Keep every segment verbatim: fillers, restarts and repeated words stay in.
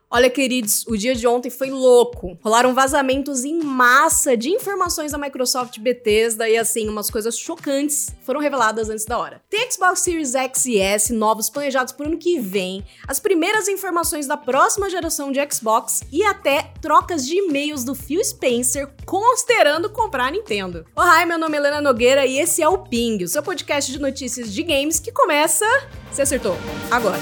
Olha, queridos, o dia de ontem foi louco. Rolaram vazamentos em massa de informações da Microsoft Bethesda e, assim, umas coisas chocantes foram reveladas antes da hora. Tem Xbox Series X e S novos planejados pro ano que vem, as primeiras informações da próxima geração de Xbox e até trocas de e-mails do Phil Spencer considerando comprar a Nintendo. Olá, meu nome é Helena Nogueira e esse é o Ping, o seu podcast de notícias de games que começa... Você acertou. Agora.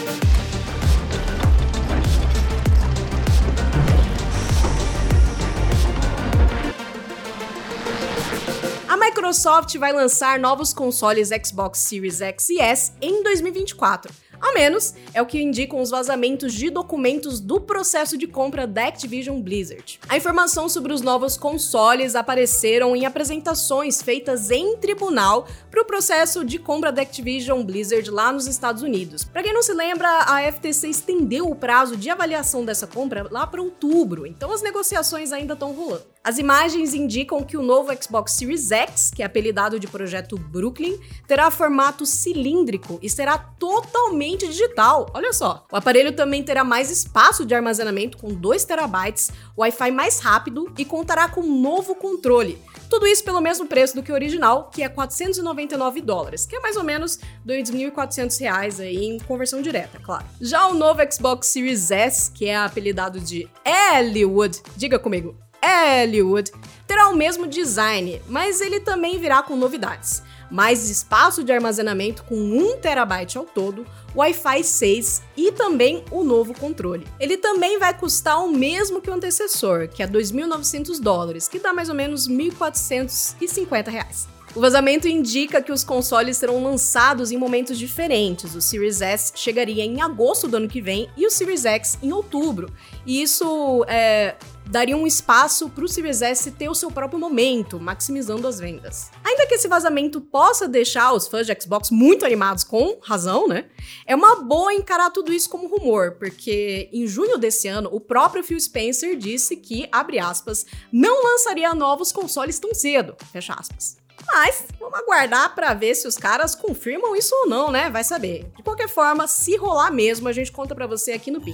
A Microsoft vai lançar novos consoles Xbox Series X e S em dois mil e vinte e quatro. Ao menos, é o que indicam os vazamentos de documentos do processo de compra da Activision Blizzard. A informação sobre os novos consoles apareceram em apresentações feitas em tribunal para o processo de compra da Activision Blizzard lá nos Estados Unidos. Para quem não se lembra, a F T C estendeu o prazo de avaliação dessa compra lá para outubro, então as negociações ainda estão rolando. As imagens indicam que o novo Xbox Series X, que é apelidado de Projeto Brooklyn, terá formato cilíndrico e será totalmente digital. Olha só. O aparelho também terá mais espaço de armazenamento com dois terabytes, Wi-Fi mais rápido e contará com um novo controle. Tudo isso pelo mesmo preço do que o original, que é quatrocentos e noventa e nove dólares, que é mais ou menos dois mil e quatrocentos reais aí em conversão direta, claro. Já o novo Xbox Series S, que é apelidado de Hollywood, diga comigo, Hollywood, terá o mesmo design, mas ele também virá com novidades. Mais espaço de armazenamento com um terabyte ao todo, Wi-Fi seis e também o novo controle. Ele também vai custar o mesmo que o antecessor, que é dois mil e novecentos dólares, que dá mais ou menos mil quatrocentos e cinquenta reais. O vazamento indica que os consoles serão lançados em momentos diferentes. O Series S chegaria em agosto do ano que vem e o Series X em outubro. E isso é, daria um espaço para o Series S ter o seu próprio momento, maximizando as vendas. Ainda que esse vazamento possa deixar os fãs de Xbox muito animados, com razão, né? É uma boa encarar tudo isso como rumor, porque em junho desse ano, o próprio Phil Spencer disse que, abre aspas, não lançaria novos consoles tão cedo, fecha aspas. Mas vamos aguardar pra ver se os caras confirmam isso ou não, né? Vai saber. De qualquer forma, se rolar mesmo, a gente conta pra você aqui no Ping.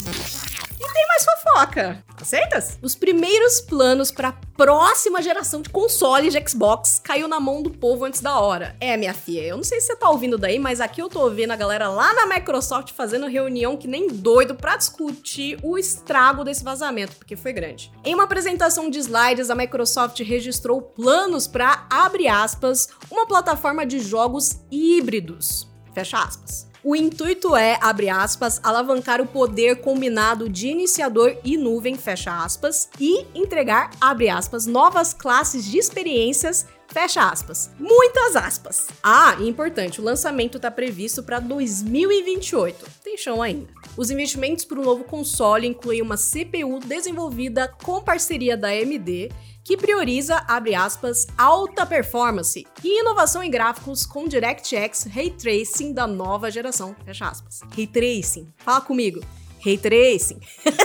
E tem mais fofoca. Aceitas? Os primeiros planos para a próxima geração de consoles de Xbox caiu na mão do povo antes da hora. É, minha filha, eu não sei se você tá ouvindo daí, mas aqui eu tô ouvindo a galera lá na Microsoft fazendo reunião que nem doido pra discutir o estrago desse vazamento, porque foi grande. Em uma apresentação de slides, a Microsoft registrou planos para, abre aspas, uma plataforma de jogos híbridos, fecha aspas. O intuito é, abre aspas, alavancar o poder combinado de iniciador e nuvem, fecha aspas, e entregar, abre aspas, novas classes de experiências, fecha aspas. Muitas aspas. Ah, e importante, o lançamento está previsto para dois mil e vinte e oito. Tem chão ainda. Os investimentos para o novo console incluem uma C P U desenvolvida com parceria da A M D, que prioriza, abre aspas, alta performance e inovação em gráficos com DirectX Ray Tracing da nova geração, fecha aspas. Ray Tracing, fala comigo, Ray Tracing.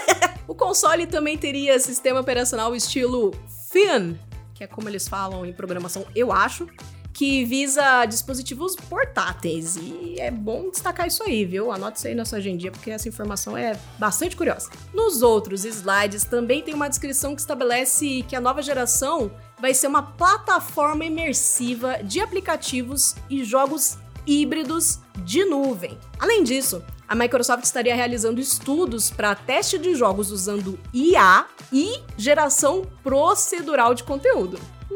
O console também teria sistema operacional estilo Thin, que é como eles falam em programação, eu acho, que visa dispositivos portáteis, e é bom destacar isso aí, viu? Anote isso aí na sua agendinha, porque essa informação é bastante curiosa. Nos outros slides também tem uma descrição que estabelece que a nova geração vai ser uma plataforma imersiva de aplicativos e jogos híbridos de nuvem. Além disso, a Microsoft estaria realizando estudos para teste de jogos usando I A e geração procedural de conteúdo.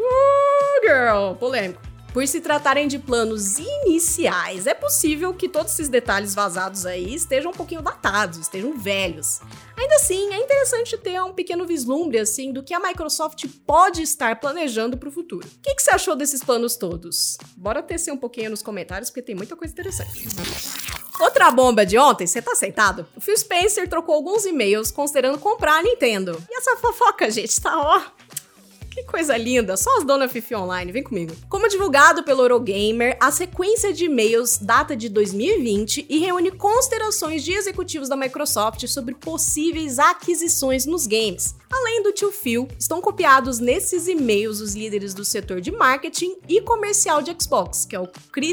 Uh, girl, polêmico. Por se tratarem de planos iniciais, é possível que todos esses detalhes vazados aí estejam um pouquinho datados, estejam velhos. Ainda assim, é interessante ter um pequeno vislumbre assim do que a Microsoft pode estar planejando para o futuro. O que, que você achou desses planos todos? Bora tecer um pouquinho nos comentários, porque tem muita coisa interessante. Outra bomba de ontem, você tá aceitado? O Phil Spencer trocou alguns e-mails considerando comprar a Nintendo. E essa fofoca, gente, tá ó... Que coisa linda, só as donas Fifi Online, vem comigo. Como divulgado pelo Eurogamer, a sequência de e-mails data de dois mil e vinte e reúne considerações de executivos da Microsoft sobre possíveis aquisições nos games. Além do tio Phil, estão copiados nesses e-mails os líderes do setor de marketing e comercial de Xbox, que é o Chris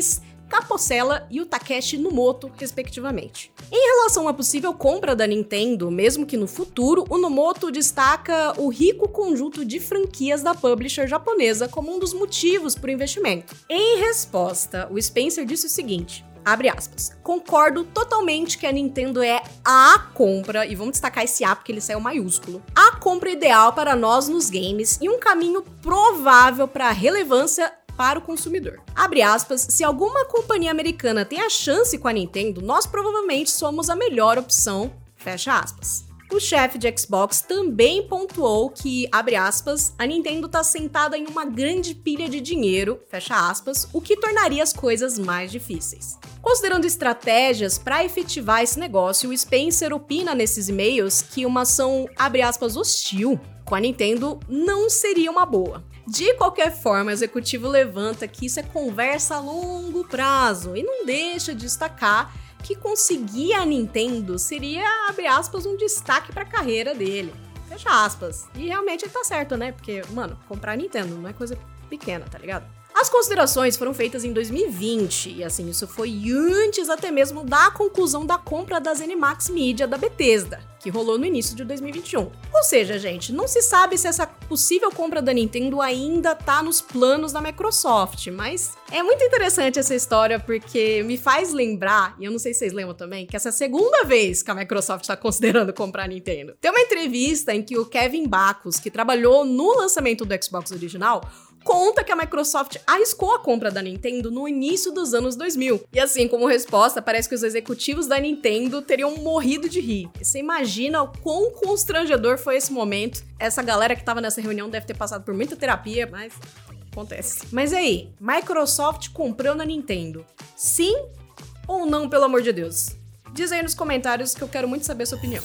Capocella e o Takeshi Numoto, respectivamente. Em relação à possível compra da Nintendo, mesmo que no futuro, o Numoto destaca o rico conjunto de franquias da publisher japonesa como um dos motivos para o investimento. Em resposta, o Spencer disse o seguinte: abre aspas, concordo totalmente que a Nintendo é a compra, e vamos destacar esse A porque ele saiu maiúsculo, a compra ideal para nós nos games e um caminho provável para a relevância para o consumidor. Abre aspas, se alguma companhia americana tem a chance com a Nintendo, nós provavelmente somos a melhor opção, fecha aspas. O chefe de Xbox também pontuou que, abre aspas, a Nintendo tá sentada em uma grande pilha de dinheiro, fecha aspas, o que tornaria as coisas mais difíceis. Considerando estratégias para efetivar esse negócio, o Spencer opina nesses e-mails que uma ação, abre aspas, hostil com a Nintendo não seria uma boa. De qualquer forma, o executivo levanta que isso é conversa a longo prazo e não deixa de destacar que conseguir a Nintendo seria, abre aspas, um destaque para a carreira dele. Fecha aspas. E realmente ele tá certo, né? Porque, mano, comprar a Nintendo não é coisa pequena, tá ligado? As considerações foram feitas em dois mil e vinte, e assim, isso foi antes até mesmo da conclusão da compra da ZeniMax Media da Bethesda, que rolou no início de dois mil e vinte e um. Ou seja, gente, não se sabe se essa possível compra da Nintendo ainda tá nos planos da Microsoft, mas é muito interessante essa história porque me faz lembrar, e eu não sei se vocês lembram também, que essa é a segunda vez que a Microsoft tá considerando comprar a Nintendo. Tem uma entrevista em que o Kevin Bacus, que trabalhou no lançamento do Xbox original, conta que a Microsoft arriscou a compra da Nintendo no início dos anos dois mil. E assim, como resposta, parece que os executivos da Nintendo teriam morrido de rir. E você imagina o quão constrangedor foi esse momento. Essa galera que tava nessa reunião deve ter passado por muita terapia, mas acontece. Mas e aí, Microsoft comprou na Nintendo? Sim ou não, pelo amor de Deus? Diz aí nos comentários que eu quero muito saber a sua opinião.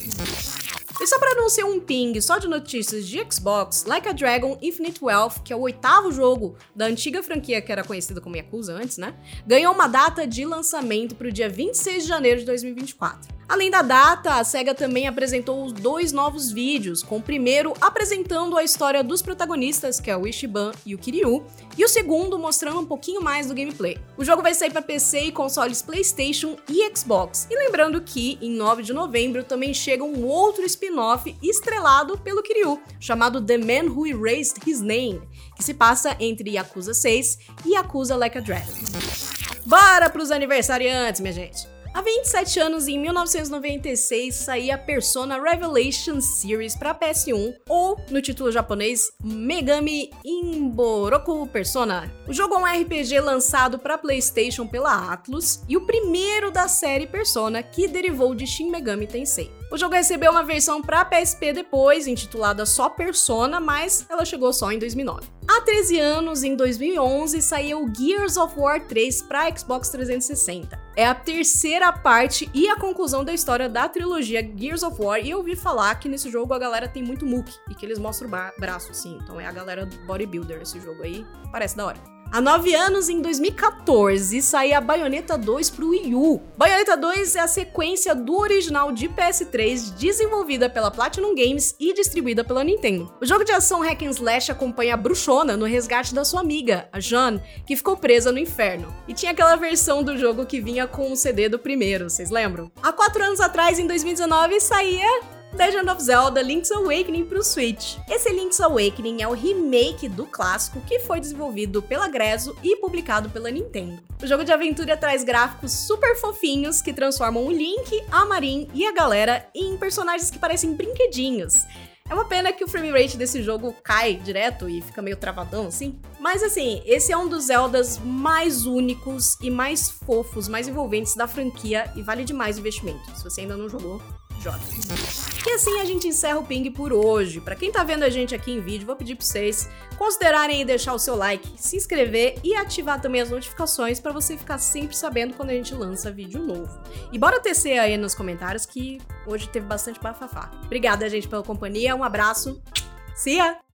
E só para não ser um ping só de notícias de Xbox, Like a Dragon Infinite Wealth, que é o oitavo jogo da antiga franquia que era conhecida como Yakuza antes, né? Ganhou uma data de lançamento para o dia vinte e seis de janeiro de dois mil e vinte e quatro. Além da data, a SEGA também apresentou dois novos vídeos, com o primeiro apresentando a história dos protagonistas, que é o Ichiban e o Kiryu, e o segundo mostrando um pouquinho mais do gameplay. O jogo vai sair para P C e consoles PlayStation e Xbox. E lembrando que, em nove de novembro, também chega um outro spin-off estrelado pelo Kiryu, chamado The Man Who Erased His Name, que se passa entre Yakuza seis e Yakuza Like a Dragon. Bora pros aniversariantes, minha gente! Há vinte e sete anos, em mil novecentos e noventa e seis, saía a Persona Revelation Series para P S um, ou, no título japonês, Megami Inboroku Persona. O jogo é um R P G lançado para PlayStation pela Atlus e o primeiro da série Persona, que derivou de Shin Megami Tensei. O jogo recebeu uma versão para P S P depois, intitulada só Persona, mas ela chegou só em dois mil e nove. Há treze anos, em dois mil e onze, saiu Gears of War três para Xbox trezentos e sessenta. É a terceira parte e a conclusão da história da trilogia Gears of War, e eu ouvi falar que nesse jogo a galera tem muito muque e que eles mostram o bra- braço, sim. Então é a galera do bodybuilder esse jogo aí, parece da hora. Há nove anos, em dois mil e quatorze, saía Bayonetta dois pro Wii U. Bayonetta dois é a sequência do original de P S três, desenvolvida pela Platinum Games e distribuída pela Nintendo. O jogo de ação hack and slash acompanha a bruxona no resgate da sua amiga, a Jeanne, que ficou presa no inferno. E tinha aquela versão do jogo que vinha com o C D do primeiro, vocês lembram? Há quatro anos atrás, em dois mil e dezenove, saía Legend of Zelda Link's Awakening pro Switch. Esse Link's Awakening é o remake do clássico que foi desenvolvido pela Grezzo e publicado pela Nintendo. O jogo de aventura traz gráficos super fofinhos que transformam o Link, a Marin e a galera em personagens que parecem brinquedinhos. É uma pena que o frame rate desse jogo cai direto e fica meio travadão assim. Mas assim, esse é um dos Zeldas mais únicos e mais fofos, mais envolventes da franquia e vale demais o investimento. Se você ainda não jogou, joga. E assim a gente encerra o Ping por hoje. Pra quem tá vendo a gente aqui em vídeo, vou pedir pra vocês considerarem aí deixar o seu like, se inscrever e ativar também as notificações pra você ficar sempre sabendo quando a gente lança vídeo novo. E bora tecer aí nos comentários que hoje teve bastante bafafá. Obrigada, gente, pela companhia, um abraço, see ya!